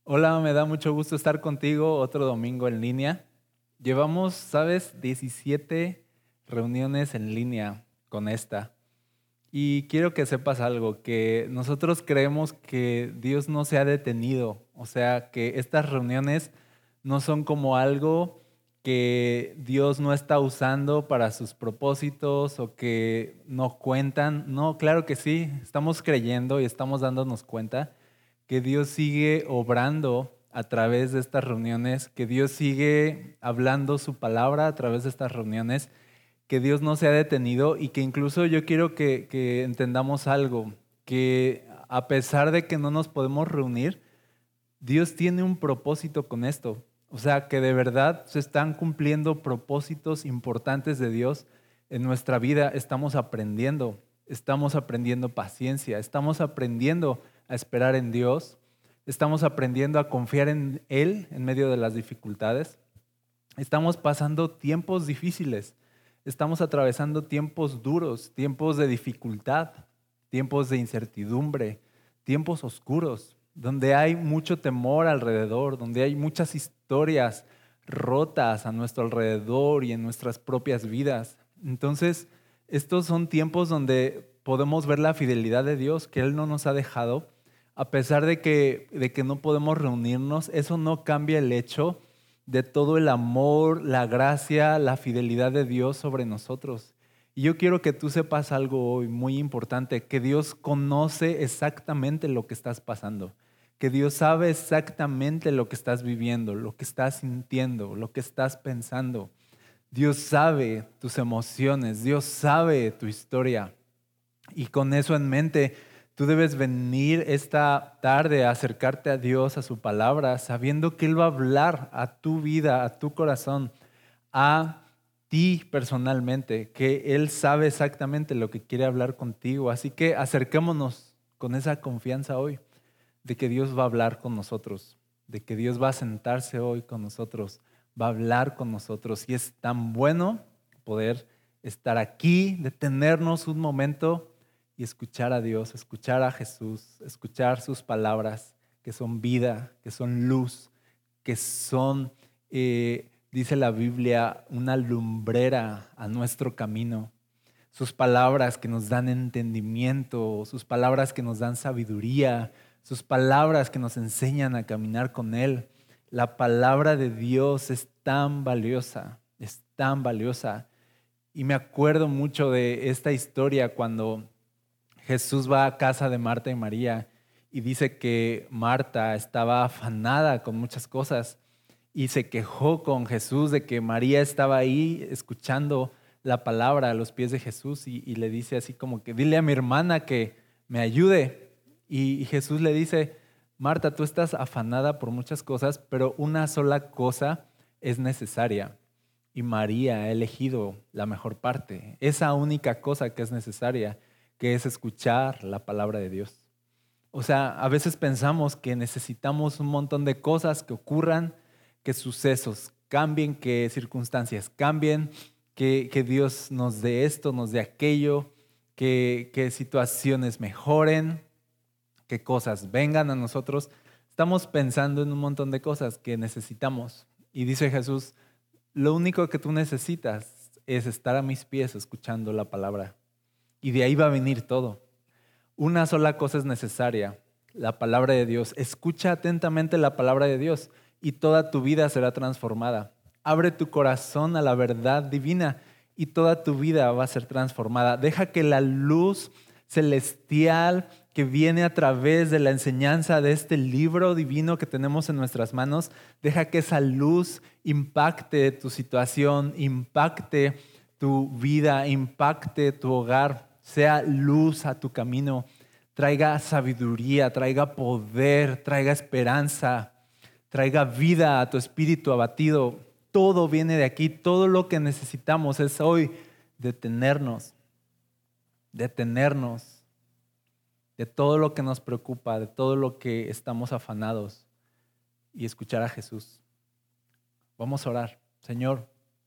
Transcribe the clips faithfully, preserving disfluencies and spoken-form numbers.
Hola, me da mucho gusto estar contigo otro domingo en línea. Llevamos, ¿sabes? diecisiete reuniones en línea con esta. Y quiero que sepas algo, que nosotros creemos que Dios no se ha detenido. O sea, que estas reuniones no son como algo que Dios no está usando para sus propósitos o que no cuentan. No, claro que sí, estamos creyendo y estamos dándonos cuenta que Dios sigue obrando a través de estas reuniones, que Dios sigue hablando su palabra a través de estas reuniones, que Dios no se ha detenido y que incluso yo quiero que, que entendamos algo, que a pesar de que no nos podemos reunir, Dios tiene un propósito con esto. O sea, que de verdad se están cumpliendo propósitos importantes de Dios en nuestra vida. Estamos aprendiendo, estamos aprendiendo paciencia, estamos aprendiendo a esperar en Dios, estamos aprendiendo a confiar en Él en medio de las dificultades. Estamos pasando tiempos difíciles, estamos atravesando tiempos duros, tiempos de dificultad, tiempos de incertidumbre, tiempos oscuros, donde hay mucho temor alrededor, donde hay muchas historias rotas a nuestro alrededor y en nuestras propias vidas. Entonces, estos son tiempos donde podemos ver la fidelidad de Dios, que Él no nos ha dejado, a pesar de que, de que no podemos reunirnos. Eso no cambia el hecho de todo el amor, la gracia, la fidelidad de Dios sobre nosotros. Y yo quiero que tú sepas algo hoy muy importante, que Dios conoce exactamente lo que estás pasando, que Dios sabe exactamente lo que estás viviendo, lo que estás sintiendo, lo que estás pensando. Dios sabe tus emociones, Dios sabe tu historia. Y con eso en mente, tú debes venir esta tarde a acercarte a Dios, a su palabra, sabiendo que Él va a hablar a tu vida, a tu corazón, a ti personalmente, que Él sabe exactamente lo que quiere hablar contigo. Así que acerquémonos con esa confianza hoy de que Dios va a hablar con nosotros, de que Dios va a sentarse hoy con nosotros, va a hablar con nosotros. Y es tan bueno poder estar aquí, detenernos un momento y escuchar a Dios, escuchar a Jesús, escuchar sus palabras que son vida, que son luz, que son, eh, dice la Biblia, una lumbrera a nuestro camino. Sus palabras que nos dan entendimiento, sus palabras que nos dan sabiduría, sus palabras que nos enseñan a caminar con Él. La palabra de Dios es tan valiosa, es tan valiosa. Y me acuerdo mucho de esta historia cuando Jesús va a casa de Marta y María y dice que Marta estaba afanada con muchas cosas y se quejó con Jesús de que María estaba ahí escuchando la palabra a los pies de Jesús y, y le dice así como que dile a mi hermana que me ayude. Y, y Jesús le dice, Marta, tú estás afanada por muchas cosas, pero una sola cosa es necesaria. Y María ha elegido la mejor parte, esa única cosa que es necesaria, que es escuchar la palabra de Dios. O sea, a veces pensamos que necesitamos un montón de cosas que ocurran, que sucesos cambien, que circunstancias cambien, que, que Dios nos dé esto, nos dé aquello, que, que situaciones mejoren, que cosas vengan a nosotros. Estamos pensando en un montón de cosas que necesitamos. Y dice Jesús, lo único que tú necesitas es estar a mis pies escuchando la palabra. Y de ahí va a venir todo. Una sola cosa es necesaria, la palabra de Dios. Escucha atentamente la palabra de Dios y toda tu vida será transformada. Abre tu corazón a la verdad divina y toda tu vida va a ser transformada. Deja que la luz celestial que viene a través de la enseñanza de este libro divino que tenemos en nuestras manos, deja que esa luz impacte tu situación, impacte tu vida, impacte tu hogar, sea luz a tu camino, traiga sabiduría, traiga poder, traiga esperanza, traiga vida a tu espíritu abatido. Todo viene de aquí, todo lo que necesitamos es hoy detenernos, detenernos de todo lo que nos preocupa, de todo lo que estamos afanados y escuchar a Jesús. Vamos a orar. Señor,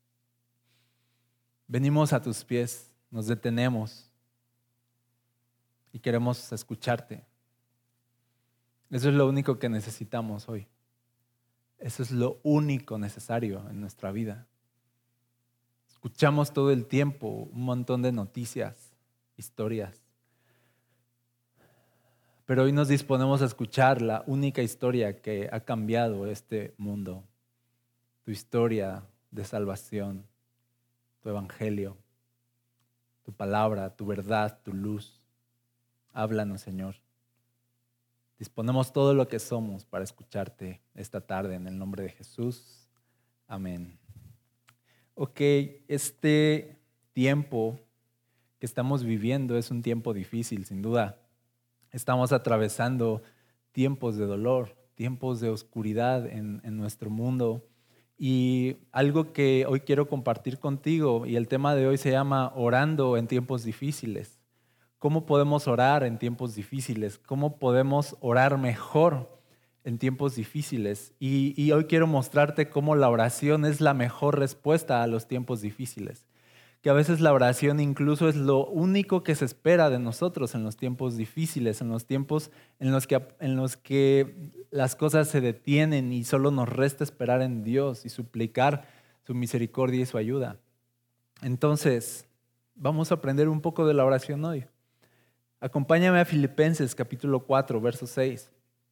venimos a tus pies, nos detenemos y queremos escucharte. Eso es lo único que necesitamos hoy. Eso es lo único necesario en nuestra vida. Escuchamos todo el tiempo un montón de noticias, historias. Pero hoy nos disponemos a escuchar la única historia que ha cambiado este mundo. Tu historia de salvación, tu evangelio, tu palabra, tu verdad, tu luz. Háblanos, Señor. Disponemos todo lo que somos para escucharte esta tarde en el nombre de Jesús. Amén. Ok, este tiempo que estamos viviendo es un tiempo difícil, sin duda. Estamos atravesando tiempos de dolor, tiempos de oscuridad en, en nuestro mundo. Y algo que hoy quiero compartir contigo, y el tema de hoy se llama Orando en tiempos difíciles. ¿Cómo podemos orar en tiempos difíciles? ¿Cómo podemos orar mejor en tiempos difíciles? Y, y hoy quiero mostrarte cómo la oración es la mejor respuesta a los tiempos difíciles. Que a veces la oración incluso es lo único que se espera de nosotros en los tiempos difíciles, en los tiempos en los que, en los que las cosas se detienen y solo nos resta esperar en Dios y suplicar su misericordia y su ayuda. Entonces, vamos a aprender un poco de la oración hoy. Acompáñame a Filipenses capítulo cuatro, verso seis.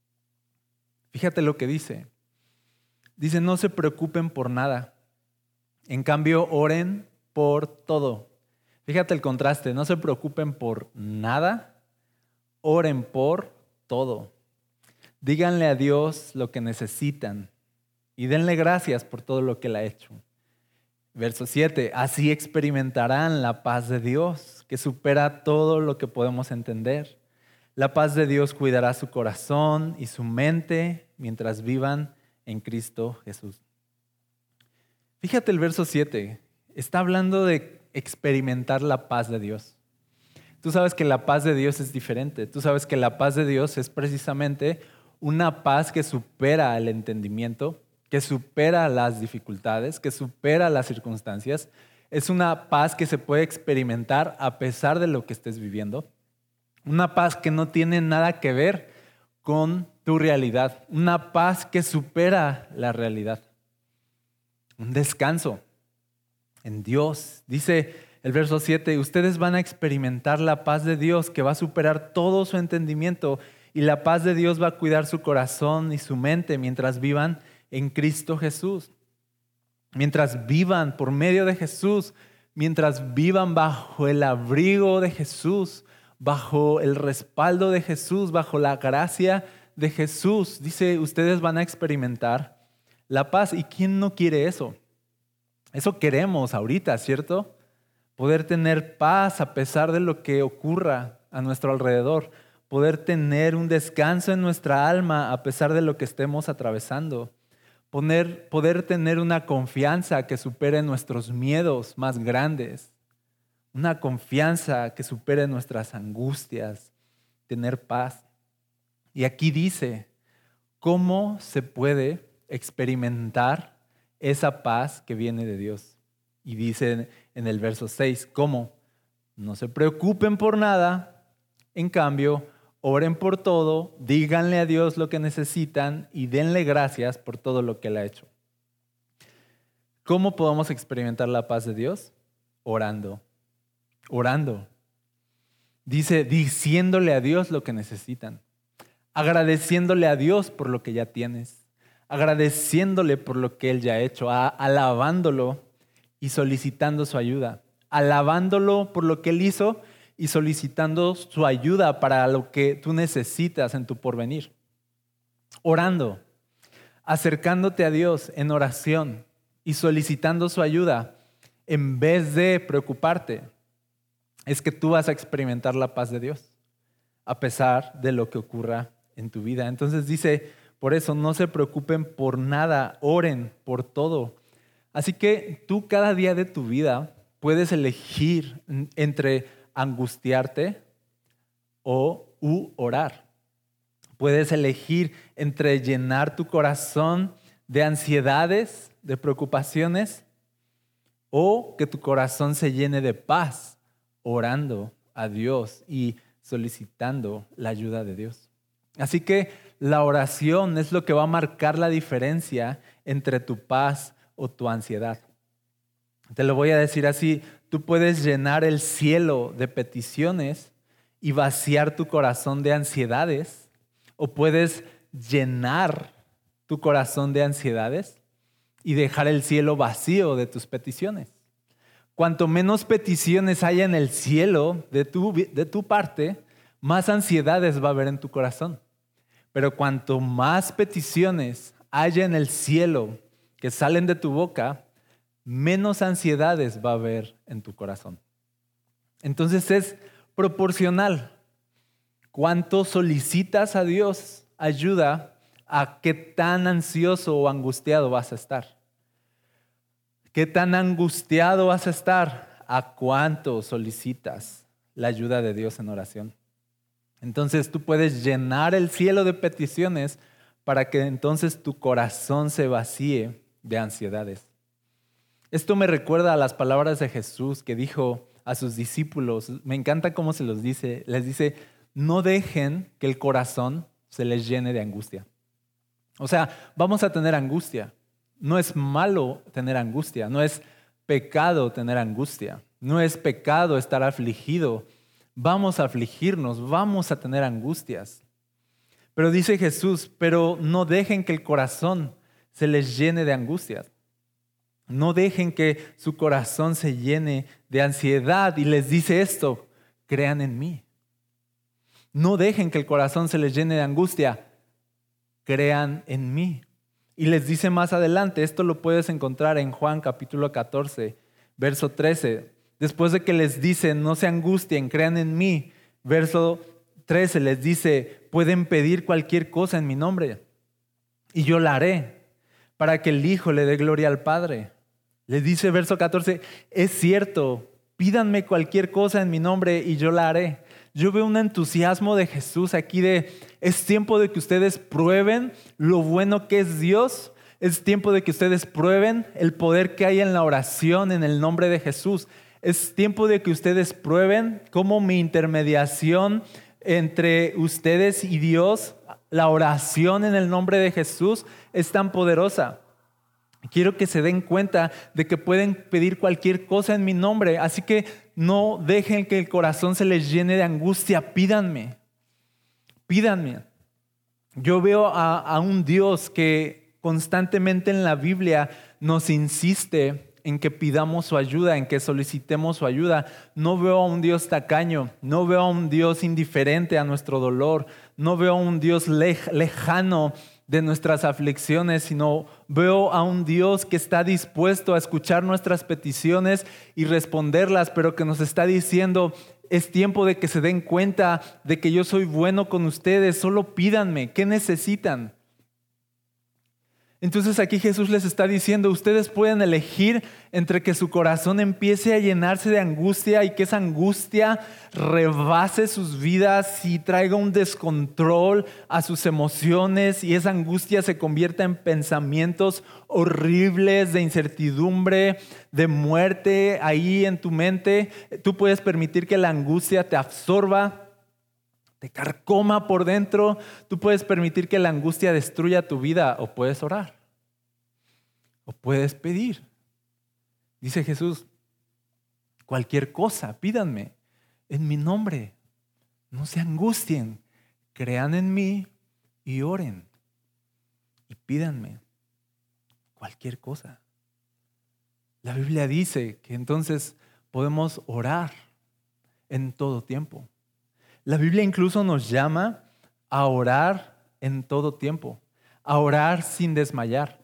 Fíjate lo que dice. Dice, no se preocupen por nada. En cambio, oren por todo. Fíjate el contraste, no se preocupen por nada, oren por todo. Díganle a Dios lo que necesitan y denle gracias por todo lo que Él ha hecho. Verso siete, así experimentarán la paz de Dios, que supera todo lo que podemos entender. La paz de Dios cuidará su corazón y su mente mientras vivan en Cristo Jesús. Fíjate el verso siete. Está hablando de experimentar la paz de Dios. Tú sabes que la paz de Dios es diferente. Tú sabes que la paz de Dios es precisamente una paz que supera el entendimiento, que supera las dificultades, que supera las circunstancias. Es una paz que se puede experimentar a pesar de lo que estés viviendo. Una paz que no tiene nada que ver con tu realidad. Una paz que supera la realidad. Un descanso en Dios. Dice el verso siete, ustedes van a experimentar la paz de Dios que va a superar todo su entendimiento y la paz de Dios va a cuidar su corazón y su mente mientras vivan en Cristo Jesús. Mientras vivan por medio de Jesús, mientras vivan bajo el abrigo de Jesús, bajo el respaldo de Jesús, bajo la gracia de Jesús. Dice, ustedes van a experimentar la paz. ¿Y quién no quiere eso? Eso queremos ahorita, ¿cierto? Poder tener paz a pesar de lo que ocurra a nuestro alrededor. Poder tener un descanso en nuestra alma a pesar de lo que estemos atravesando. Poder, poder tener una confianza que supere nuestros miedos más grandes. Una confianza que supere nuestras angustias. Tener paz. Y aquí dice, ¿cómo se puede experimentar esa paz que viene de Dios? Y dice en el verso seis, ¿cómo? No se preocupen por nada, en cambio, oren por todo, díganle a Dios lo que necesitan y denle gracias por todo lo que Él ha hecho. ¿Cómo podemos experimentar la paz de Dios? Orando, orando. Dice, diciéndole a Dios lo que necesitan, agradeciéndole a Dios por lo que ya tienes, agradeciéndole por lo que Él ya ha hecho, alabándolo y solicitando su ayuda, alabándolo por lo que Él hizo y solicitando su ayuda para lo que tú necesitas en tu porvenir. Orando, acercándote a Dios en oración y solicitando su ayuda en vez de preocuparte, es que tú vas a experimentar la paz de Dios a pesar de lo que ocurra en tu vida. Entonces dice, por eso no se preocupen por nada, oren por todo. Así que tú cada día de tu vida puedes elegir entre angustiarte o u orar. Puedes elegir entre llenar tu corazón de ansiedades, de preocupaciones, o que tu corazón se llene de paz, orando a Dios y solicitando la ayuda de Dios. Así que la oración es lo que va a marcar la diferencia entre tu paz o tu ansiedad. Te lo voy a decir así, tú puedes llenar el cielo de peticiones y vaciar tu corazón de ansiedades, o puedes llenar tu corazón de ansiedades y dejar el cielo vacío de tus peticiones. Cuanto menos peticiones haya en el cielo de tu, de tu parte, más ansiedades va a haber en tu corazón. Pero cuanto más peticiones haya en el cielo que salen de tu boca, menos ansiedades va a haber en tu corazón. Entonces es proporcional. Cuánto solicitas a Dios ayuda a qué tan ansioso o angustiado vas a estar. Qué tan angustiado vas a estar a cuánto solicitas la ayuda de Dios en oración. Entonces tú puedes llenar el cielo de peticiones para que entonces tu corazón se vacíe de ansiedades. Esto me recuerda a las palabras de Jesús que dijo a sus discípulos. Me encanta cómo se los dice. Les dice, no dejen que el corazón se les llene de angustia. O sea, vamos a tener angustia. No es malo tener angustia. No es pecado tener angustia. No es pecado estar afligido. Vamos a afligirnos, vamos a tener angustias. Pero dice Jesús, pero no dejen que el corazón se les llene de angustias. No dejen que su corazón se llene de ansiedad. Y les dice esto, crean en mí. No dejen que el corazón se les llene de angustia, crean en mí. Y les dice más adelante, esto lo puedes encontrar en Juan capítulo catorce, verso trece. Después de que les dice, no se angustien, crean en mí. Verso trece les dice, pueden pedir cualquier cosa en mi nombre y yo la haré para que el Hijo le dé gloria al Padre. Les dice verso catorce, es cierto, pídanme cualquier cosa en mi nombre y yo la haré. Yo veo un entusiasmo de Jesús aquí de, es tiempo de que ustedes prueben lo bueno que es Dios. Es tiempo de que ustedes prueben el poder que hay en la oración en el nombre de Jesús. Es tiempo de que ustedes prueben cómo mi intermediación entre ustedes y Dios, la oración en el nombre de Jesús, es tan poderosa. Quiero que se den cuenta de que pueden pedir cualquier cosa en mi nombre, así que no dejen que el corazón se les llene de angustia. Pídanme, pídanme. Yo veo a, a un Dios que constantemente en la Biblia nos insiste en que pidamos su ayuda, en que solicitemos su ayuda. No veo a un Dios tacaño, no veo a un Dios indiferente a nuestro dolor, no veo a un Dios lej- lejano de nuestras aflicciones, sino veo a un Dios que está dispuesto a escuchar nuestras peticiones y responderlas, pero que nos está diciendo, es tiempo de que se den cuenta de que yo soy bueno con ustedes, solo pídanme, ¿qué necesitan? Entonces aquí Jesús les está diciendo, ustedes pueden elegir entre que su corazón empiece a llenarse de angustia y que esa angustia rebase sus vidas y traiga un descontrol a sus emociones y esa angustia se convierta en pensamientos horribles de incertidumbre, de muerte ahí en tu mente. Tú puedes permitir que la angustia te absorba, te carcoma por dentro. Tú puedes permitir que la angustia destruya tu vida o puedes orar o puedes pedir. Dice Jesús, cualquier cosa, pídanme en mi nombre. No se angustien, crean en mí y oren y pídanme cualquier cosa. La Biblia dice que entonces podemos orar en todo tiempo. La Biblia incluso nos llama a orar en todo tiempo, a orar sin desmayar.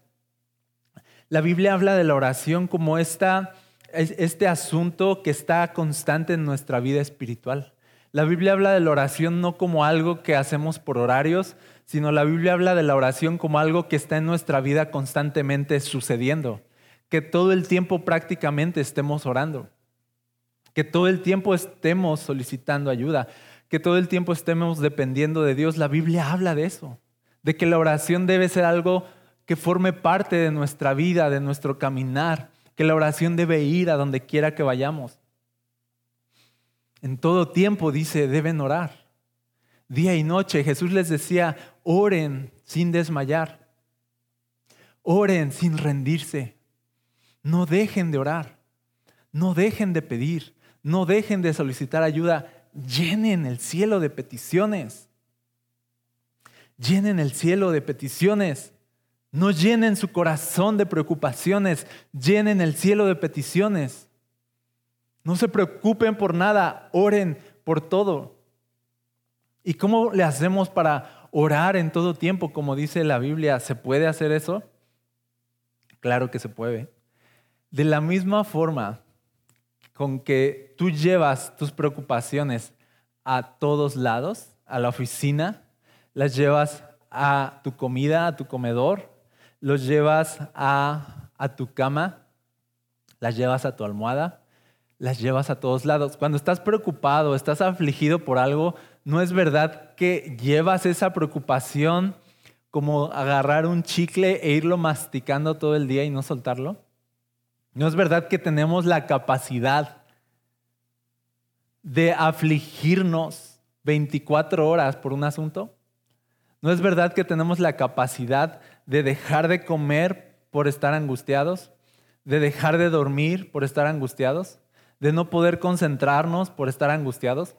La Biblia habla de la oración como esta, este asunto que está constante en nuestra vida espiritual. La Biblia habla de la oración no como algo que hacemos por horarios, sino la Biblia habla de la oración como algo que está en nuestra vida constantemente sucediendo, que todo el tiempo prácticamente estemos orando, que todo el tiempo estemos solicitando ayuda, que todo el tiempo estemos dependiendo de Dios. La Biblia habla de eso, de que la oración debe ser algo que forme parte de nuestra vida, de nuestro caminar, que la oración debe ir a donde quiera que vayamos. En todo tiempo, dice, deben orar. Día y noche, Jesús les decía, oren sin desmayar. Oren sin rendirse. No dejen de orar. No dejen de pedir. No dejen de solicitar ayuda. Llenen el cielo de peticiones. Llenen el cielo de peticiones. No llenen su corazón de preocupaciones. Llenen el cielo de peticiones. No se preocupen por nada. Oren por todo. ¿Y cómo le hacemos para orar en todo tiempo? Como dice la Biblia, ¿se puede hacer eso? Claro que se puede. De la misma forma con que tú llevas tus preocupaciones a todos lados, a la oficina, las llevas a tu comida, a tu comedor, los llevas a, a tu cama, las llevas a tu almohada, las llevas a todos lados. Cuando estás preocupado, estás afligido por algo, ¿no es verdad que llevas esa preocupación como agarrar un chicle e irlo masticando todo el día y no soltarlo? ¿No es verdad que tenemos la capacidad de afligirnos veinticuatro horas por un asunto? ¿No es verdad que tenemos la capacidad de dejar de comer por estar angustiados? ¿De dejar de dormir por estar angustiados? ¿De no poder concentrarnos por estar angustiados?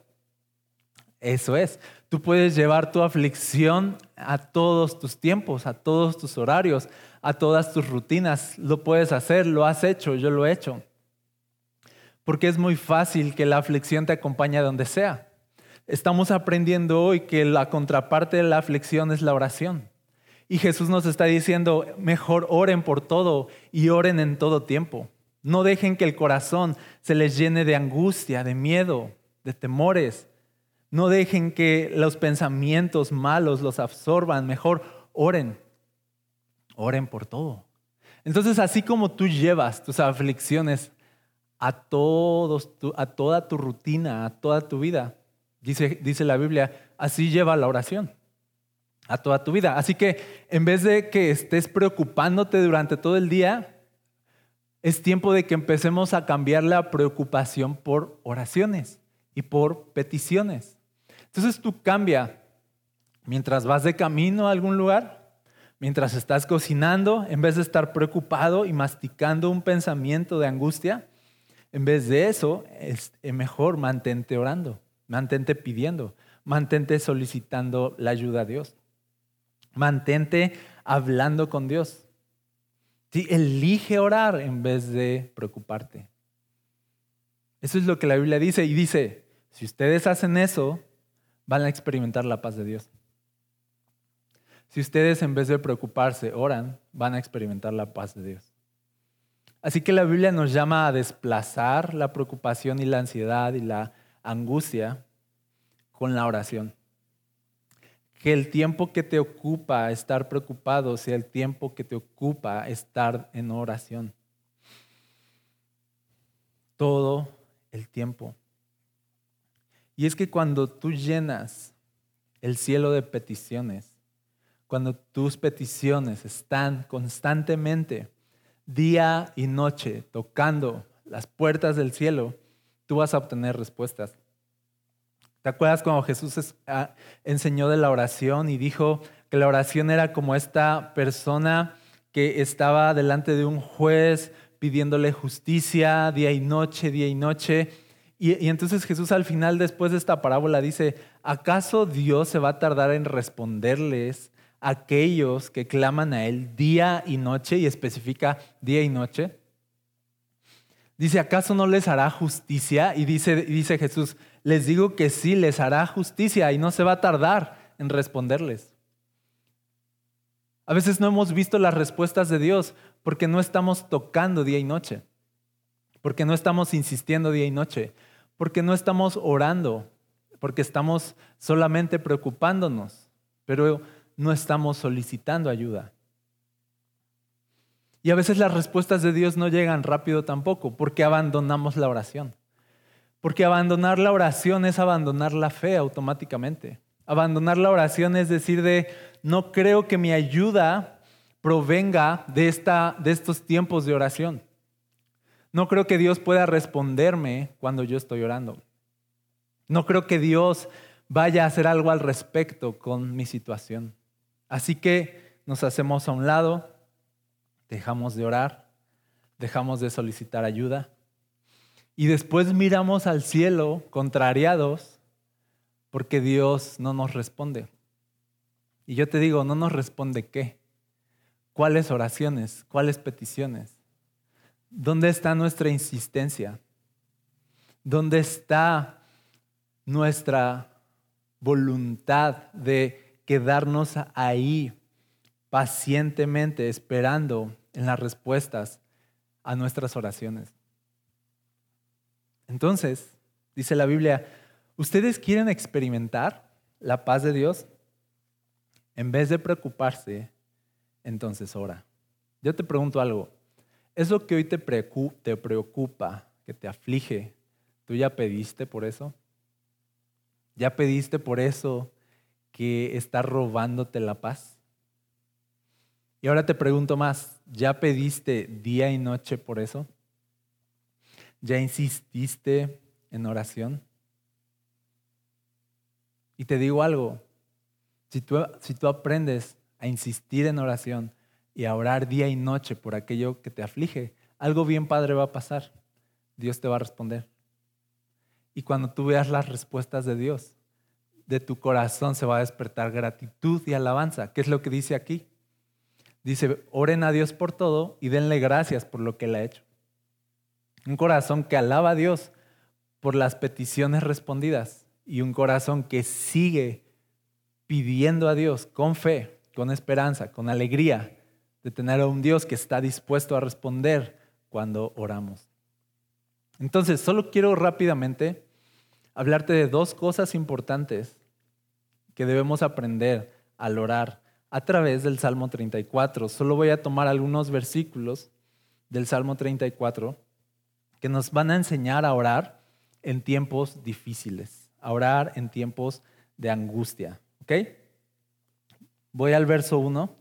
Eso es. Tú puedes llevar tu aflicción a todos tus tiempos, a todos tus horarios, a todas tus rutinas. Lo puedes hacer, lo has hecho, yo lo he hecho. Porque es muy fácil que la aflicción te acompañe a donde sea. Estamos aprendiendo hoy que la contraparte de la aflicción es la oración. Y Jesús nos está diciendo, mejor oren por todo y oren en todo tiempo. No dejen que el corazón se les llene de angustia, de miedo, de temores. No dejen que los pensamientos malos los absorban. Mejor oren. Oren por todo. Entonces, así como tú llevas tus aflicciones a, todos, a toda tu rutina, a toda tu vida, dice, dice la Biblia, así lleva la oración a toda tu vida. Así que en vez de que estés preocupándote durante todo el día, es tiempo de que empecemos a cambiar la preocupación por oraciones y por peticiones. Entonces tú cambia mientras vas de camino a algún lugar, mientras estás cocinando, en vez de estar preocupado y masticando un pensamiento de angustia, en vez de eso, es mejor mantente orando, mantente pidiendo, mantente solicitando la ayuda a Dios, mantente hablando con Dios. Sí, elige orar en vez de preocuparte. Eso es lo que la Biblia dice. Y dice, si ustedes hacen eso, van a experimentar la paz de Dios. Si ustedes en vez de preocuparse oran, van a experimentar la paz de Dios. Así que la Biblia nos llama a desplazar la preocupación y la ansiedad y la angustia con la oración. Que el tiempo que te ocupa estar preocupado sea el tiempo que te ocupa estar en oración. Todo el tiempo. Y es que cuando tú llenas el cielo de peticiones, cuando tus peticiones están constantemente, día y noche, tocando las puertas del cielo, tú vas a obtener respuestas. ¿Te acuerdas cuando Jesús enseñó de la oración y dijo que la oración era como esta persona que estaba delante de un juez pidiéndole justicia día y noche, día y noche? Y, y entonces Jesús al final, después de esta parábola, dice, ¿acaso Dios se va a tardar en responderles a aquellos que claman a Él día y noche? Y especifica día y noche. Dice, ¿acaso no les hará justicia? Y dice, y dice Jesús, les digo que sí, les hará justicia y no se va a tardar en responderles. A veces no hemos visto las respuestas de Dios porque no estamos tocando día y noche, porque no estamos insistiendo día y noche, porque no estamos orando, porque estamos solamente preocupándonos, pero no estamos solicitando ayuda. Y a veces las respuestas de Dios no llegan rápido tampoco, porque abandonamos la oración. Porque abandonar la oración es abandonar la fe automáticamente. Abandonar la oración es decir de, no creo que mi ayuda provenga de, esta, de estos tiempos de oración. No creo que Dios pueda responderme cuando yo estoy orando. No creo que Dios vaya a hacer algo al respecto con mi situación. Así que nos hacemos a un lado, dejamos de orar, dejamos de solicitar ayuda y después miramos al cielo contrariados porque Dios no nos responde. Y yo te digo, ¿no nos responde qué? ¿Cuáles oraciones? ¿Cuáles peticiones? ¿Dónde está nuestra insistencia? ¿Dónde está nuestra voluntad de quedarnos ahí pacientemente esperando en las respuestas a nuestras oraciones? Entonces, dice la Biblia, ¿ustedes quieren experimentar la paz de Dios? En vez de preocuparse, entonces ora. Yo te pregunto algo. ¿Eso que hoy te preocupa, que te aflige, tú ya pediste por eso? ¿Ya pediste por eso que está robándote la paz? Y ahora te pregunto más, ¿ya pediste día y noche por eso? ¿Ya insististe en oración? Y te digo algo, si tú, si tú aprendes a insistir en oración y a orar día y noche por aquello que te aflige, algo bien padre va a pasar. Dios te va a responder. Y cuando tú veas las respuestas de Dios, de tu corazón se va a despertar gratitud y alabanza. ¿Qué es lo que dice aquí? Dice, oren a Dios por todo y denle gracias por lo que Él ha hecho. Un corazón que alaba a Dios por las peticiones respondidas y un corazón que sigue pidiendo a Dios con fe, con esperanza, con alegría de tener a un Dios que está dispuesto a responder cuando oramos. Entonces, solo quiero rápidamente hablarte de dos cosas importantes que debemos aprender al orar a través del Salmo treinta y cuatro. Solo voy a tomar algunos versículos del Salmo treinta y cuatro que nos van a enseñar a orar en tiempos difíciles, a orar en tiempos de angustia. ¿Ok? Voy al verso uno.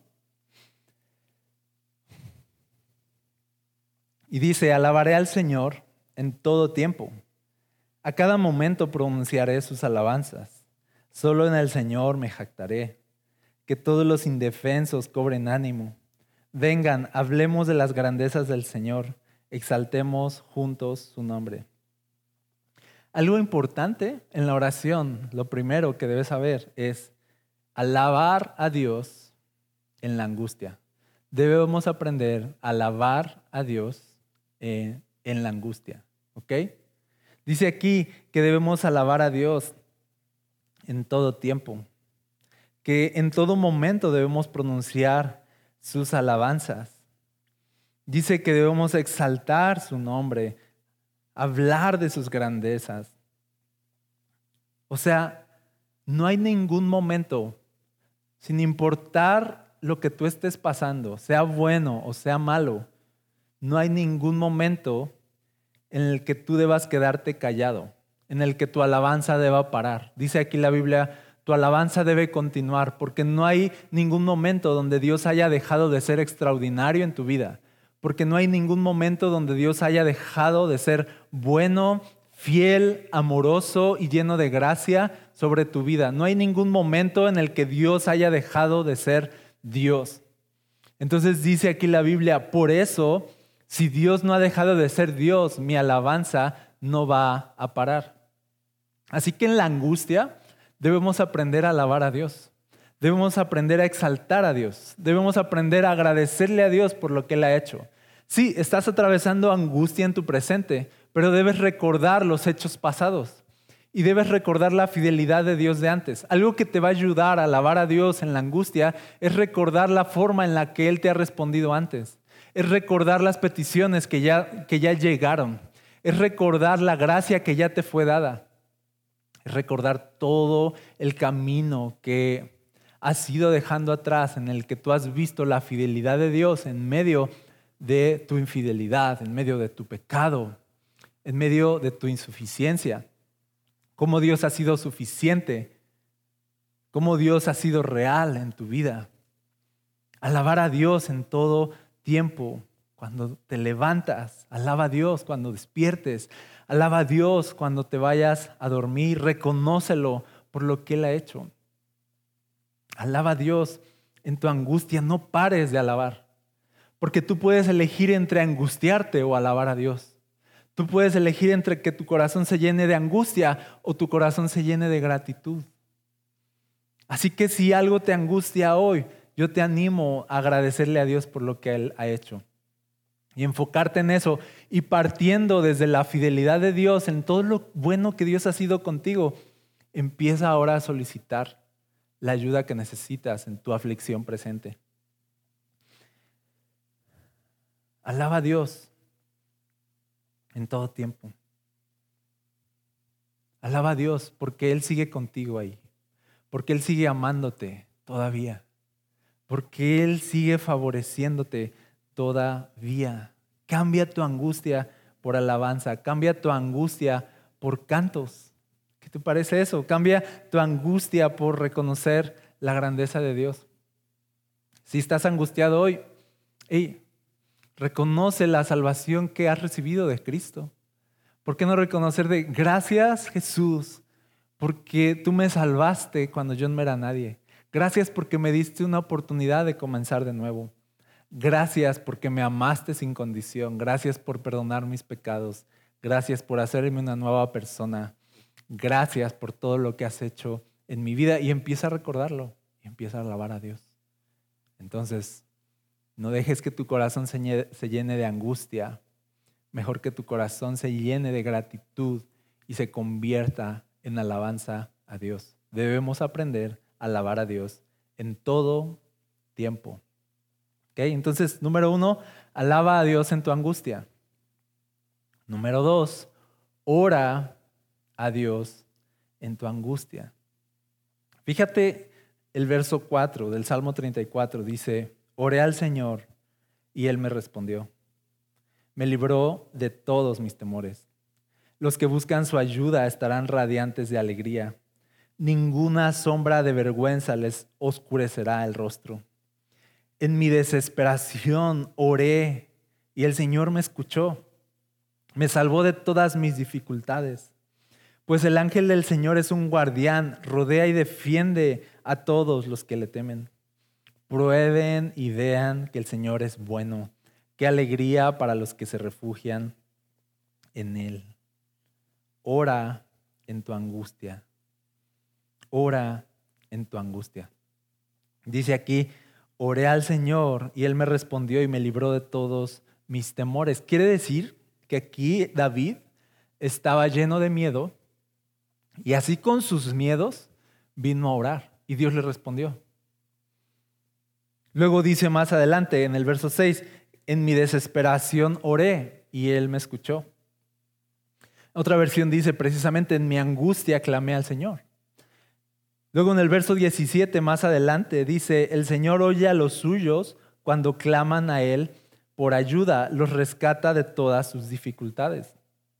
Y dice, alabaré al Señor en todo tiempo. A cada momento pronunciaré sus alabanzas. Solo en el Señor me jactaré. Que todos los indefensos cobren ánimo. Vengan, hablemos de las grandezas del Señor. Exaltemos juntos su nombre. Algo importante en la oración, lo primero que debes saber es alabar a Dios en la angustia. Debemos aprender a alabar a Dios eh, en la angustia. ¿Ok? Dice aquí que debemos alabar a Dios en todo tiempo, que en todo momento debemos pronunciar sus alabanzas. Dice que debemos exaltar su nombre, hablar de sus grandezas. O sea, no hay ningún momento, sin importar lo que tú estés pasando, sea bueno o sea malo, no hay ningún momento en el que tú debas quedarte callado, en el que tu alabanza deba parar. Dice aquí la Biblia, tu alabanza debe continuar, porque no hay ningún momento donde Dios haya dejado de ser extraordinario en tu vida, porque no hay ningún momento donde Dios haya dejado de ser bueno, fiel, amoroso y lleno de gracia sobre tu vida. No hay ningún momento en el que Dios haya dejado de ser Dios. Entonces dice aquí la Biblia, por eso, si Dios no ha dejado de ser Dios, mi alabanza no va a parar. Así que en la angustia debemos aprender a alabar a Dios. Debemos aprender a exaltar a Dios. Debemos aprender a agradecerle a Dios por lo que Él ha hecho. Sí, estás atravesando angustia en tu presente, pero debes recordar los hechos pasados y debes recordar la fidelidad de Dios de antes. Algo que te va a ayudar a alabar a Dios en la angustia es recordar la forma en la que Él te ha respondido antes. Es recordar las peticiones que ya, que ya llegaron. Es recordar la gracia que ya te fue dada. Es recordar todo el camino que has ido dejando atrás, en el que tú has visto la fidelidad de Dios en medio de tu infidelidad, en medio de tu pecado, en medio de tu insuficiencia. Cómo Dios ha sido suficiente, cómo Dios ha sido real en tu vida. Alabar a Dios en todo tiempo, cuando te levantas, alaba a Dios cuando despiertes, alaba a Dios cuando te vayas a dormir, reconócelo por lo que Él ha hecho. Alaba a Dios en tu angustia, no pares de alabar. Porque tú puedes elegir entre angustiarte o alabar a Dios. Tú puedes elegir entre que tu corazón se llene de angustia o tu corazón se llene de gratitud. Así que si algo te angustia hoy, yo te animo a agradecerle a Dios por lo que Él ha hecho. Y enfocarte en eso y partiendo desde la fidelidad de Dios en todo lo bueno que Dios ha sido contigo, empieza ahora a solicitar la ayuda que necesitas en tu aflicción presente. Alaba a Dios en todo tiempo. Alaba a Dios porque Él sigue contigo ahí, porque Él sigue amándote todavía, porque Él sigue favoreciéndote todavía. Cambia tu angustia por alabanza, cambia tu angustia por cantos. ¿Qué te parece eso? Cambia tu angustia por reconocer la grandeza de Dios. Si estás angustiado hoy, hey, reconoce la salvación que has recibido de Cristo. ¿Por qué no reconocer de gracias, Jesús, porque tú me salvaste cuando yo no era nadie? Gracias porque me diste una oportunidad de comenzar de nuevo. Gracias porque me amaste sin condición. Gracias por perdonar mis pecados. Gracias por hacerme una nueva persona. Gracias por todo lo que has hecho en mi vida. Y empieza a recordarlo y empieza a alabar a Dios. Entonces, no dejes que tu corazón se llene de angustia. Mejor que tu corazón se llene de gratitud y se convierta en alabanza a Dios. Debemos aprender a alabar a Dios en todo tiempo. ¿Okay? Entonces, número uno, alaba a Dios en tu angustia. Número dos, ora a Dios en tu angustia. Fíjate el verso cuatro del Salmo treinta y cuatro, dice: oré al Señor y Él me respondió. Me libró de todos mis temores. Los que buscan su ayuda estarán radiantes de alegría. Ninguna sombra de vergüenza les oscurecerá el rostro. En mi desesperación oré y el Señor me escuchó. Me salvó de todas mis dificultades. Pues el ángel del Señor es un guardián, rodea y defiende a todos los que le temen. Prueben y vean que el Señor es bueno. Qué alegría para los que se refugian en Él. Ora en tu angustia. Ora en tu angustia. Dice aquí: oré al Señor y Él me respondió y me libró de todos mis temores. Quiere decir que aquí David estaba lleno de miedo y así con sus miedos vino a orar y Dios le respondió. Luego dice más adelante en el verso seis: en mi desesperación oré y Él me escuchó. Otra versión dice precisamente: en mi angustia clamé al Señor. Luego en el verso diecisiete más adelante dice: el Señor oye a los suyos cuando claman a Él por ayuda, los rescata de todas sus dificultades.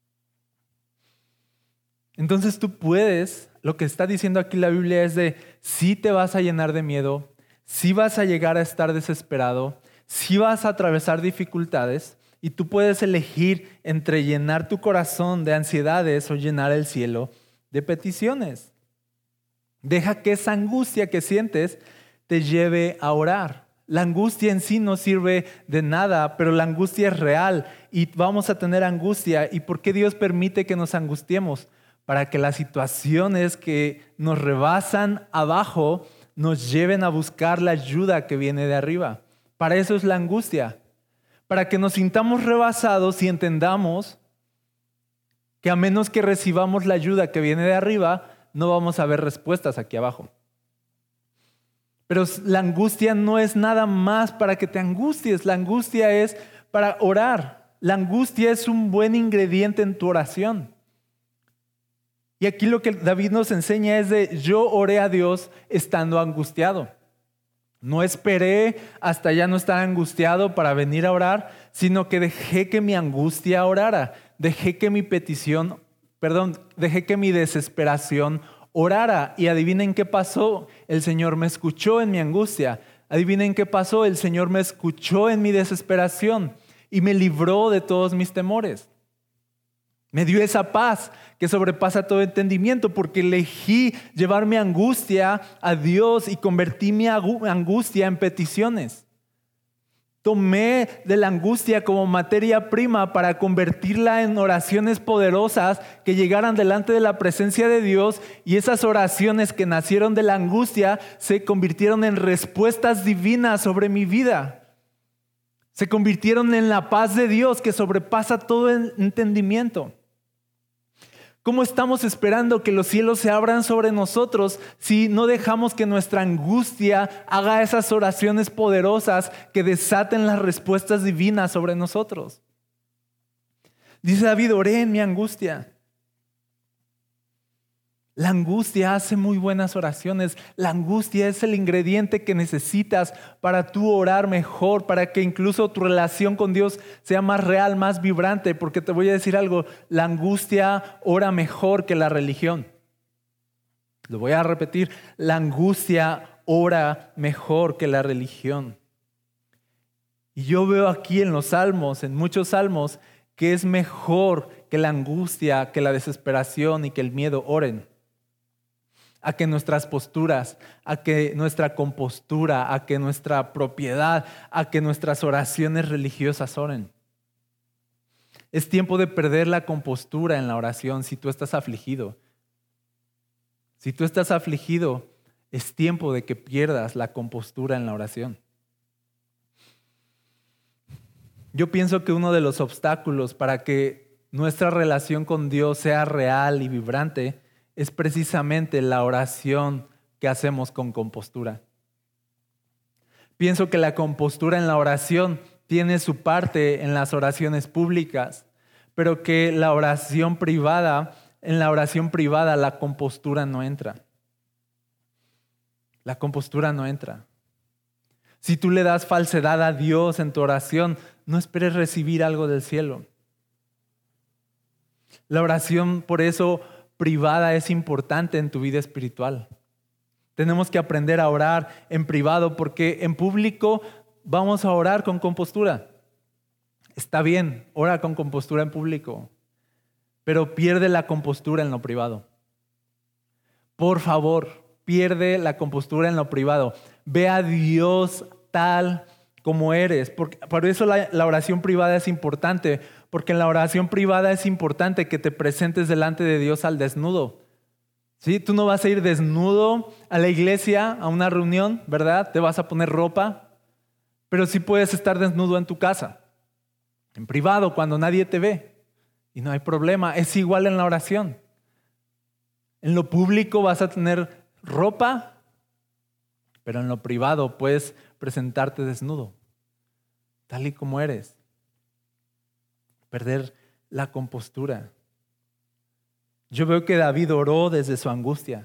Entonces tú puedes, lo que está diciendo aquí la Biblia es de sí te vas a llenar de miedo, sí vas a llegar a estar desesperado, sí vas a atravesar dificultades y tú puedes elegir entre llenar tu corazón de ansiedades o llenar el cielo de peticiones. Deja que esa angustia que sientes te lleve a orar. La angustia en sí no sirve de nada, pero la angustia es real y vamos a tener angustia. ¿Y por qué Dios permite que nos angustiemos? Para que las situaciones que nos rebasan abajo nos lleven a buscar la ayuda que viene de arriba. Para eso es la angustia. Para que nos sintamos rebasados y entendamos que a menos que recibamos la ayuda que viene de arriba, no vamos a ver respuestas aquí abajo. Pero la angustia no es nada más para que te angusties. La angustia es para orar. La angustia es un buen ingrediente en tu oración. Y aquí lo que David nos enseña es de yo oré a Dios estando angustiado. No esperé hasta ya no estar angustiado para venir a orar, sino que dejé que mi angustia orara. Dejé que mi petición, perdón, dejé que mi desesperación orara. Y adivinen qué pasó. El Señor me escuchó en mi angustia. Adivinen qué pasó. El Señor me escuchó en mi desesperación y me libró de todos mis temores. Me dio esa paz que sobrepasa todo entendimiento porque elegí llevar mi angustia a Dios y convertí mi angustia en peticiones. Tomé de la angustia como materia prima para convertirla en oraciones poderosas que llegaran delante de la presencia de Dios, y esas oraciones que nacieron de la angustia se convirtieron en respuestas divinas sobre mi vida. Se convirtieron en la paz de Dios que sobrepasa todo entendimiento. ¿Cómo estamos esperando que los cielos se abran sobre nosotros si no dejamos que nuestra angustia haga esas oraciones poderosas que desaten las respuestas divinas sobre nosotros? Dice David: oré en mi angustia. La angustia hace muy buenas oraciones. La angustia es el ingrediente que necesitas para tú orar mejor, para que incluso tu relación con Dios sea más real, más vibrante. Porque te voy a decir algo: la angustia ora mejor que la religión. Lo voy a repetir: la angustia ora mejor que la religión. Y yo veo aquí en los salmos, en muchos salmos, que es mejor que la angustia, que la desesperación y que el miedo oren. A que nuestras posturas, a que nuestra compostura, a que nuestra propiedad, a que nuestras oraciones religiosas oren. Es tiempo de perder la compostura en la oración si tú estás afligido. Si tú estás afligido, es tiempo de que pierdas la compostura en la oración. Yo pienso que uno de los obstáculos para que nuestra relación con Dios sea real y vibrante es precisamente la oración que hacemos con compostura. Pienso que la compostura en la oración tiene su parte en las oraciones públicas, pero que la oración privada, en la oración privada la compostura no entra. La compostura no entra. Si tú le das falsedad a Dios en tu oración, no esperes recibir algo del cielo. La oración, por eso, privada es importante en tu vida espiritual. Tenemos que aprender a orar en privado porque en público vamos a orar con compostura. Está bien, ora con compostura en público, pero pierde la compostura en lo privado. Por favor, pierde la compostura en lo privado. Ve a Dios tal como eres. Por, por eso la, la oración privada es importante. Porque en la oración privada es importante que te presentes delante de Dios al desnudo. ¿Sí? Tú no vas a ir desnudo a la iglesia, a una reunión, ¿verdad? Te vas a poner ropa, pero sí puedes estar desnudo en tu casa, en privado, cuando nadie te ve. Y no hay problema, es igual en la oración. En lo público vas a tener ropa, pero en lo privado puedes presentarte desnudo, tal y como eres. Perder la compostura. Yo veo que David oró desde su angustia.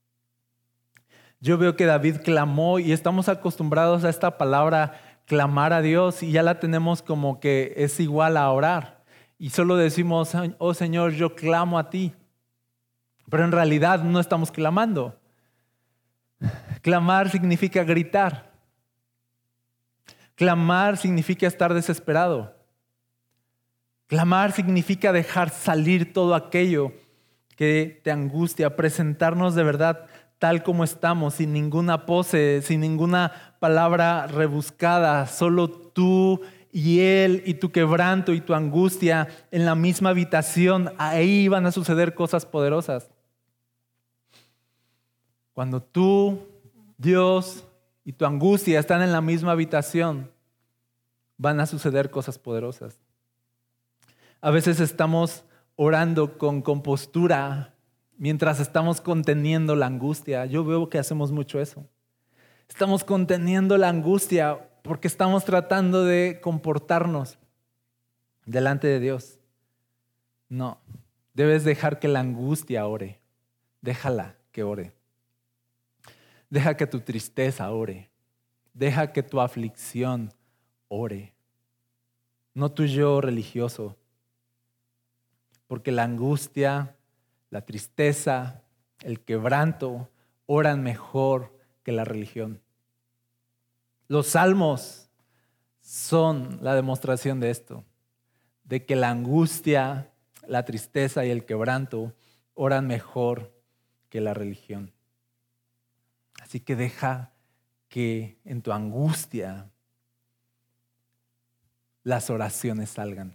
Yo veo que David clamó, y estamos acostumbrados a esta palabra clamar a Dios y ya la tenemos como que es igual a orar. Y solo decimos: oh Señor, yo clamo a ti. Pero en realidad no estamos clamando. Clamar significa gritar. Clamar significa estar desesperado. Clamar significa dejar salir todo aquello que te angustia, presentarnos de verdad tal como estamos, sin ninguna pose, sin ninguna palabra rebuscada, solo tú y Él y tu quebranto y tu angustia en la misma habitación. Ahí van a suceder cosas poderosas. Cuando tú, Dios y tu angustia están en la misma habitación, van a suceder cosas poderosas. A veces estamos orando con compostura mientras estamos conteniendo la angustia. Yo veo que hacemos mucho eso. Estamos conteniendo la angustia porque estamos tratando de comportarnos delante de Dios. No, debes dejar que la angustia ore. Déjala que ore. Deja que tu tristeza ore. Deja que tu aflicción ore. No tu yo religioso. Porque la angustia, la tristeza, el quebranto oran mejor que la religión. Los salmos son la demostración de esto, de que la angustia la tristeza y el quebranto oran mejor que la religión. Así que deja que en tu angustia las oraciones salgan.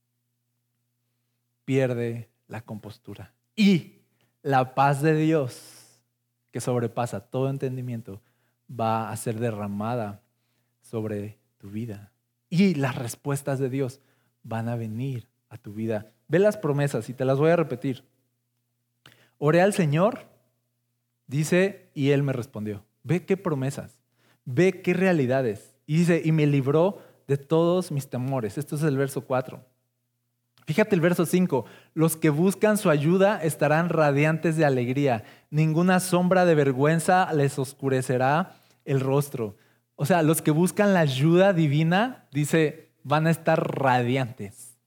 Pierde la compostura. Y la paz de Dios, que sobrepasa todo entendimiento, va a ser derramada sobre tu vida. Y las respuestas de Dios van a venir a tu vida. Ve las promesas y te las voy a repetir. Oré al Señor, dice, y Él me respondió. Ve qué promesas, ve qué realidades. Y dice, y me libró de todos mis temores. Esto es el verso cuatro. Fíjate el verso cinco. Los que buscan su ayuda estarán radiantes de alegría. Ninguna sombra de vergüenza les oscurecerá el rostro. O sea, los que buscan la ayuda divina, dice, van a estar radiantes.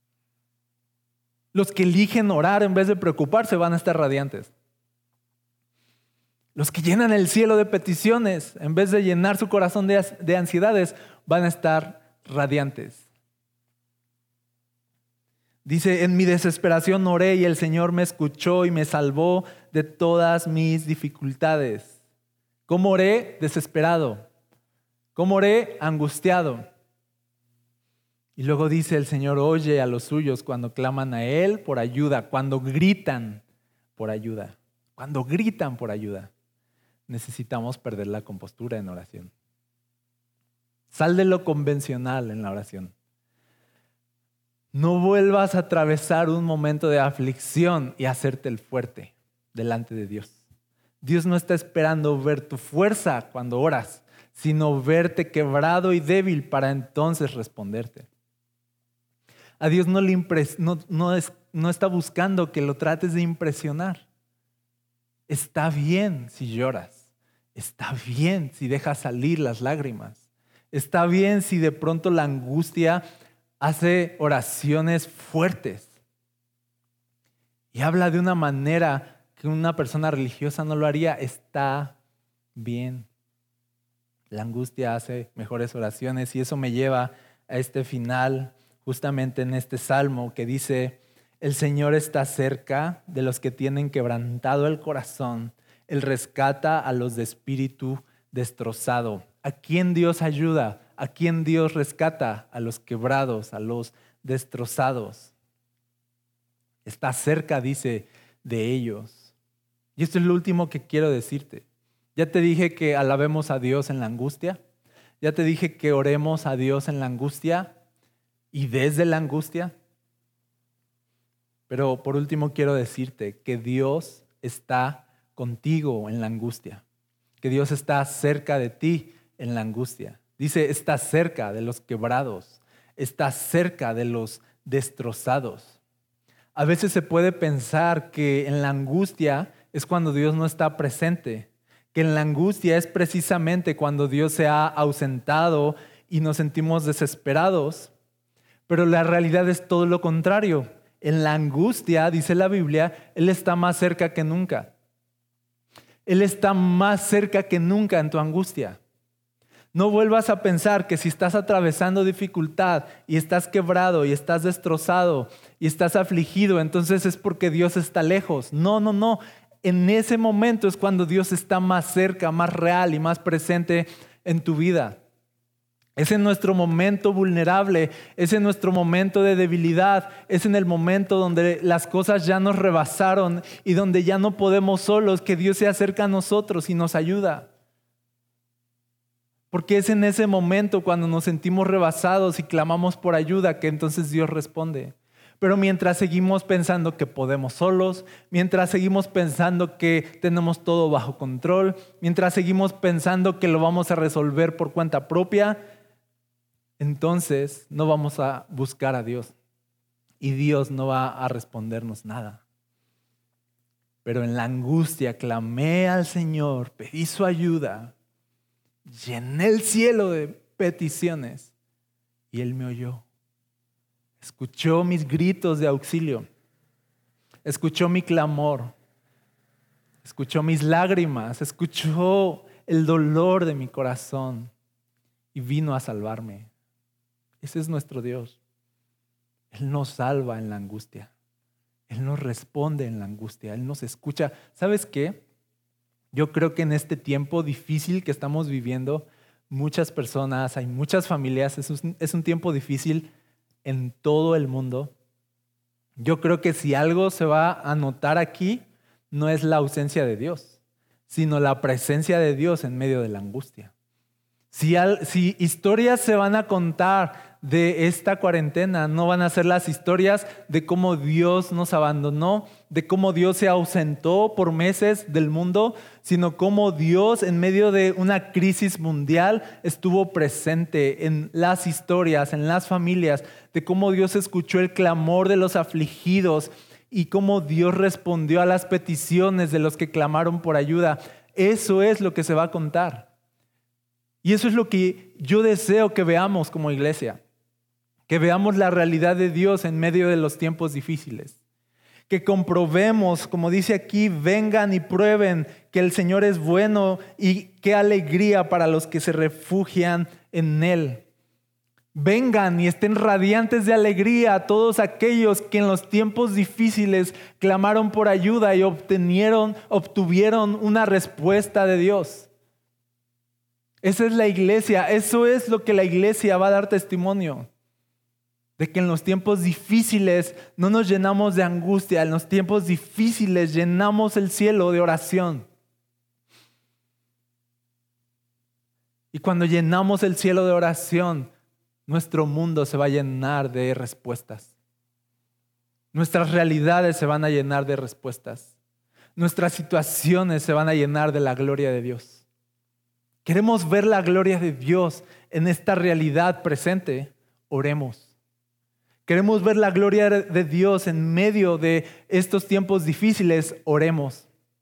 Los que eligen orar en vez de preocuparse van a estar radiantes. Los que llenan el cielo de peticiones en vez de llenar su corazón de, de ansiedades van a estar radiantes. Dice, en mi desesperación oré y el Señor me escuchó y me salvó de todas mis dificultades. ¿Cómo oré? Desesperado. ¿Cómo oré? Angustiado. Y luego dice, el Señor oye a los suyos cuando claman a Él por ayuda, cuando gritan por ayuda. Cuando gritan por ayuda. Necesitamos perder la compostura en oración. Sal de lo convencional en la oración. No vuelvas a atravesar un momento de aflicción y hacerte el fuerte delante de Dios. Dios no está esperando ver tu fuerza cuando oras, sino verte quebrado y débil para entonces responderte. A Dios no, le impres- no, no, es, no está buscando que lo trates de impresionar. Está bien si lloras. Está bien si dejas salir las lágrimas. Está bien si de pronto la angustia hace oraciones fuertes y habla de una manera que una persona religiosa no lo haría. Está bien. La angustia hace mejores oraciones y eso me lleva a este final, justamente en este salmo que dice, el Señor está cerca de los que tienen quebrantado el corazón. Él rescata a los de espíritu destrozado. ¿A quién Dios ayuda? ¿A quién Dios rescata? A los quebrados, a los destrozados. Está cerca, dice, de ellos. Y esto es lo último que quiero decirte. Ya te dije que alabemos a Dios en la angustia. Ya te dije que oremos a Dios en la angustia y desde la angustia. Pero por último quiero decirte que Dios está contigo en la angustia. Que Dios está cerca de ti en la angustia. Dice, está cerca de los quebrados, está cerca de los destrozados. A veces se puede pensar que en la angustia es cuando Dios no está presente, que en la angustia es precisamente cuando Dios se ha ausentado y nos sentimos desesperados, pero la realidad es todo lo contrario. En la angustia, dice la Biblia, Él está más cerca que nunca. Él está más cerca que nunca en tu angustia. No vuelvas a pensar que si estás atravesando dificultad y estás quebrado y estás destrozado y estás afligido, entonces es porque Dios está lejos. No, no, no. En ese momento es cuando Dios está más cerca, más real y más presente en tu vida. Es en nuestro momento vulnerable, es en nuestro momento de debilidad, es en el momento donde las cosas ya nos rebasaron y donde ya no podemos solos, que Dios se acerca a nosotros y nos ayuda. Porque es en ese momento cuando nos sentimos rebasados y clamamos por ayuda que entonces Dios responde. Pero mientras seguimos pensando que podemos solos, mientras seguimos pensando que tenemos todo bajo control, mientras seguimos pensando que lo vamos a resolver por cuenta propia, entonces no vamos a buscar a Dios y Dios no va a respondernos nada. Pero en la angustia clamé al Señor, pedí su ayuda, llené el cielo de peticiones y Él me oyó. Escuchó mis gritos de auxilio, escuchó mi clamor, escuchó mis lágrimas, escuchó el dolor de mi corazón y vino a salvarme. Ese es nuestro Dios. Él nos salva en la angustia. Él nos responde en la angustia, Él nos escucha. ¿Sabes qué? Yo creo que en este tiempo difícil que estamos viviendo, muchas personas, hay muchas familias, es un, es un tiempo difícil en todo el mundo. Yo creo que si algo se va a notar aquí, no es la ausencia de Dios, sino la presencia de Dios en medio de la angustia. Si, al, si historias se van a contar de esta cuarentena, no van a ser las historias de cómo Dios nos abandonó, de cómo Dios se ausentó por meses del mundo, sino cómo Dios en medio de una crisis mundial estuvo presente en las historias, en las familias, de cómo Dios escuchó el clamor de los afligidos y cómo Dios respondió a las peticiones de los que clamaron por ayuda. Eso es lo que se va a contar. Y eso es lo que yo deseo que veamos como iglesia, que veamos la realidad de Dios en medio de los tiempos difíciles, que comprobemos, como dice aquí, vengan y prueben que el Señor es bueno y qué alegría para los que se refugian en Él. Vengan y estén radiantes de alegría todos aquellos que en los tiempos difíciles clamaron por ayuda y obtenieron, obtuvieron una respuesta de Dios. Esa es la iglesia, eso es lo que la iglesia va a dar testimonio. De que en los tiempos difíciles no nos llenamos de angustia, en los tiempos difíciles llenamos el cielo de oración. Y cuando llenamos el cielo de oración, nuestro mundo se va a llenar de respuestas. Nuestras realidades se van a llenar de respuestas. Nuestras situaciones se van a llenar de la gloria de Dios. Queremos ver la gloria de Dios en esta realidad presente. Oremos. Queremos ver la gloria de Dios en medio de estos tiempos difíciles. Oremos.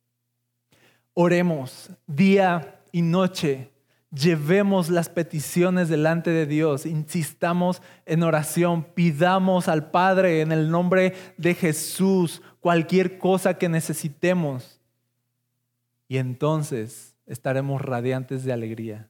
Oremos día y noche. Llevemos las peticiones delante de Dios. Insistamos en oración. Pidamos al Padre en el nombre de Jesús cualquier cosa que necesitemos. Y entonces estaremos radiantes de alegría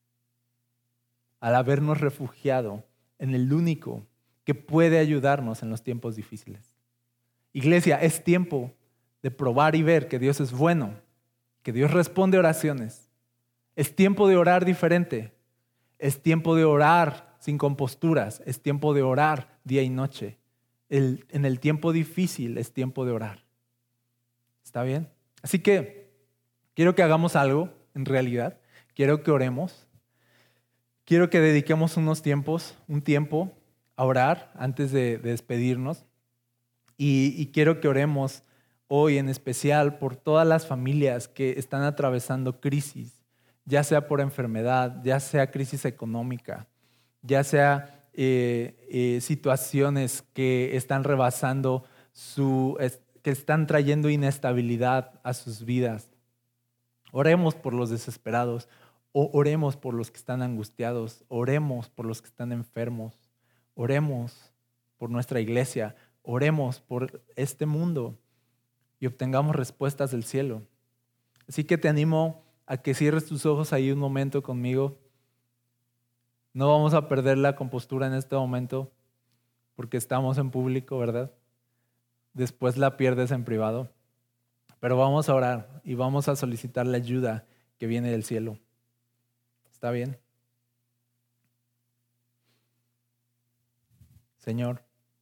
al habernos refugiado en el único que puede ayudarnos en los tiempos difíciles. Iglesia, es tiempo de probar y ver que Dios es bueno, que Dios responde oraciones. Es tiempo de orar diferente. Es tiempo de orar sin composturas. Es tiempo de orar día y noche. El, en el tiempo difícil es tiempo de orar. ¿Está bien? Así que quiero que hagamos algo, en realidad. Quiero que oremos. Quiero que dediquemos unos tiempos, un tiempo a orar antes de, de despedirnos. Y, y quiero que oremos hoy en especial por todas las familias que están atravesando crisis, ya sea por enfermedad, ya sea crisis económica, ya sea eh, eh, situaciones que están rebasando, su, es, que están trayendo inestabilidad a sus vidas. Oremos por los desesperados, o oremos por los que están angustiados, oremos por los que están enfermos, oremos por nuestra iglesia, oremos por este mundo y obtengamos respuestas del cielo. Así que te animo a que cierres tus ojos ahí un momento conmigo. No vamos a perder la compostura en este momento porque estamos en público, ¿verdad? Después la pierdes en privado. Pero vamos a orar y vamos a solicitar la ayuda que viene del cielo. ¿Está bien? Señor,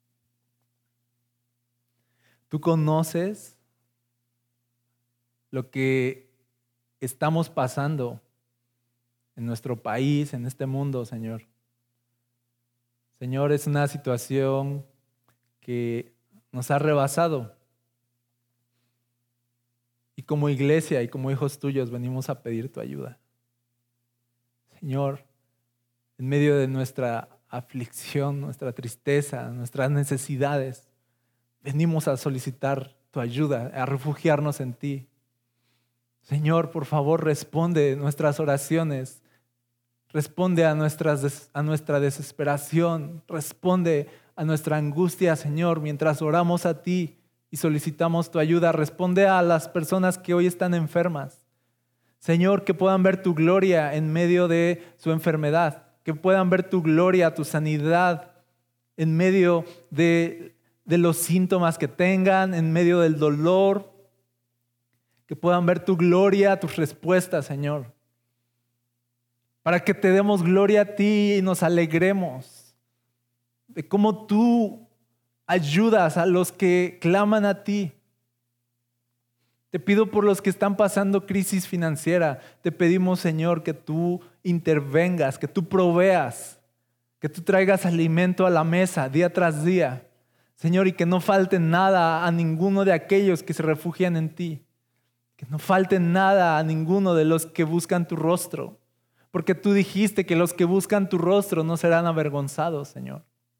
tú conoces lo que estamos pasando en nuestro país, en este mundo, Señor. Señor, es una situación que nos ha rebasado. Y como iglesia y como hijos tuyos venimos a pedir tu ayuda. Señor, en medio de nuestra aflicción, nuestra tristeza, nuestras necesidades, venimos a solicitar tu ayuda, a refugiarnos en ti. Señor, por favor, responde nuestras oraciones, responde a, nuestras, a nuestra desesperación, responde a nuestra angustia, Señor, mientras oramos a ti y solicitamos tu ayuda. Responde a las personas que hoy están enfermas. Señor, que puedan ver tu gloria en medio de su enfermedad, que puedan ver tu gloria, tu sanidad en medio de de los síntomas que tengan, en medio del dolor, que puedan ver tu gloria, tus respuestas, Señor. Para que te demos gloria a ti y nos alegremos de cómo tú ayudas a los que claman a ti. Te pido por los que están pasando crisis financiera. Te pedimos, Señor, que tú intervengas, que tú proveas, que tú traigas alimento a la mesa día tras día. Señor, y que no falte nada a ninguno de aquellos que se refugian en ti. Que no falte nada a ninguno de los que buscan tu rostro. Porque tú dijiste que los que buscan tu rostro no serán avergonzados, Señor.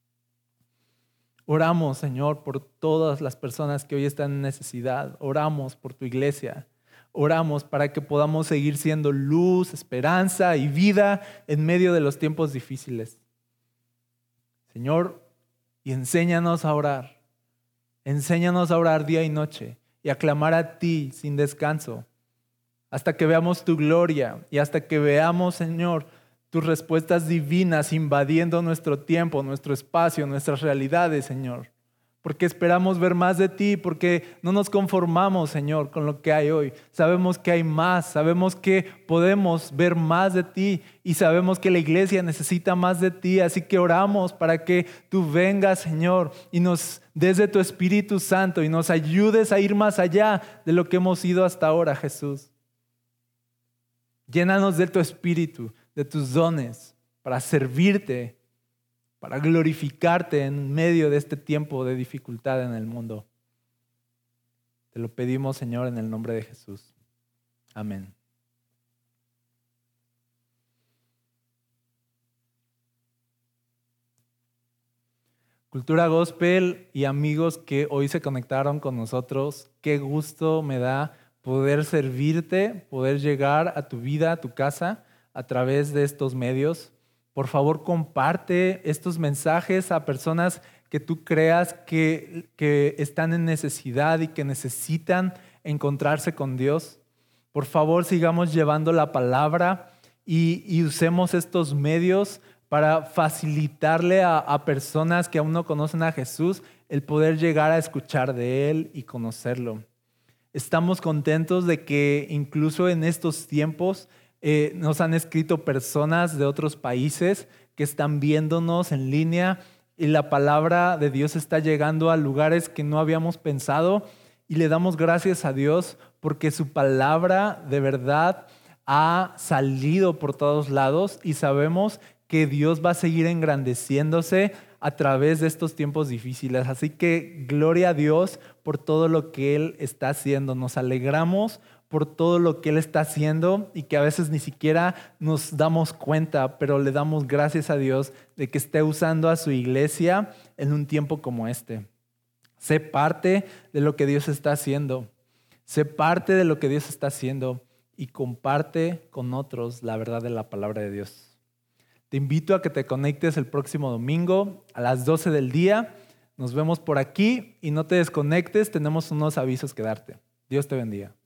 Oramos, Señor, por todas las personas que hoy están en necesidad. Oramos por tu iglesia. Oramos para que podamos seguir siendo luz, esperanza y vida en medio de los tiempos difíciles. Señor, y enséñanos a orar. Enséñanos a orar día y noche y a clamar a ti sin descanso hasta que veamos tu gloria y hasta que veamos, Señor, tus respuestas divinas invadiendo nuestro tiempo, nuestro espacio, nuestras realidades, Señor. Porque esperamos ver más de ti, porque no nos conformamos, Señor, con lo que hay hoy. Sabemos que hay más, sabemos que podemos ver más de ti y sabemos que la iglesia necesita más de ti. Así que oramos para que tú vengas, Señor, y nos des de tu Espíritu Santo y nos ayudes a ir más allá de lo que hemos ido hasta ahora, Jesús. Llénanos de tu Espíritu, de tus dones, para servirte, para glorificarte en medio de este tiempo de dificultad en el mundo. Te lo pedimos, Señor, en el nombre de Jesús. Amén. Cultura Gospel y amigos que hoy se conectaron con nosotros, qué gusto me da poder servirte, poder llegar a tu vida, a tu casa, a través de estos medios. Por favor, comparte estos mensajes a personas que tú creas que, que están en necesidad y que necesitan encontrarse con Dios. Por favor, sigamos llevando la palabra y, y usemos estos medios para facilitarle a, a personas que aún no conocen a Jesús el poder llegar a escuchar de Él y conocerlo. Estamos contentos de que incluso en estos tiempos eh, nos han escrito personas de otros países que están viéndonos en línea y la palabra de Dios está llegando a lugares que no habíamos pensado y le damos gracias a Dios porque su palabra de verdad ha salido por todos lados y sabemos que Dios va a seguir engrandeciéndose a través de estos tiempos difíciles. Así que gloria a Dios por todo lo que Él está haciendo. Nos alegramos por todo lo que Él está haciendo y que a veces ni siquiera nos damos cuenta, pero le damos gracias a Dios de que esté usando a su iglesia en un tiempo como este. Sé parte de lo que Dios está haciendo. Sé parte de lo que Dios está haciendo y comparte con otros la verdad de la palabra de Dios. Te invito a que te conectes el próximo domingo a las doce del día. Nos vemos por aquí y no te desconectes, tenemos unos avisos que darte. Dios te bendiga.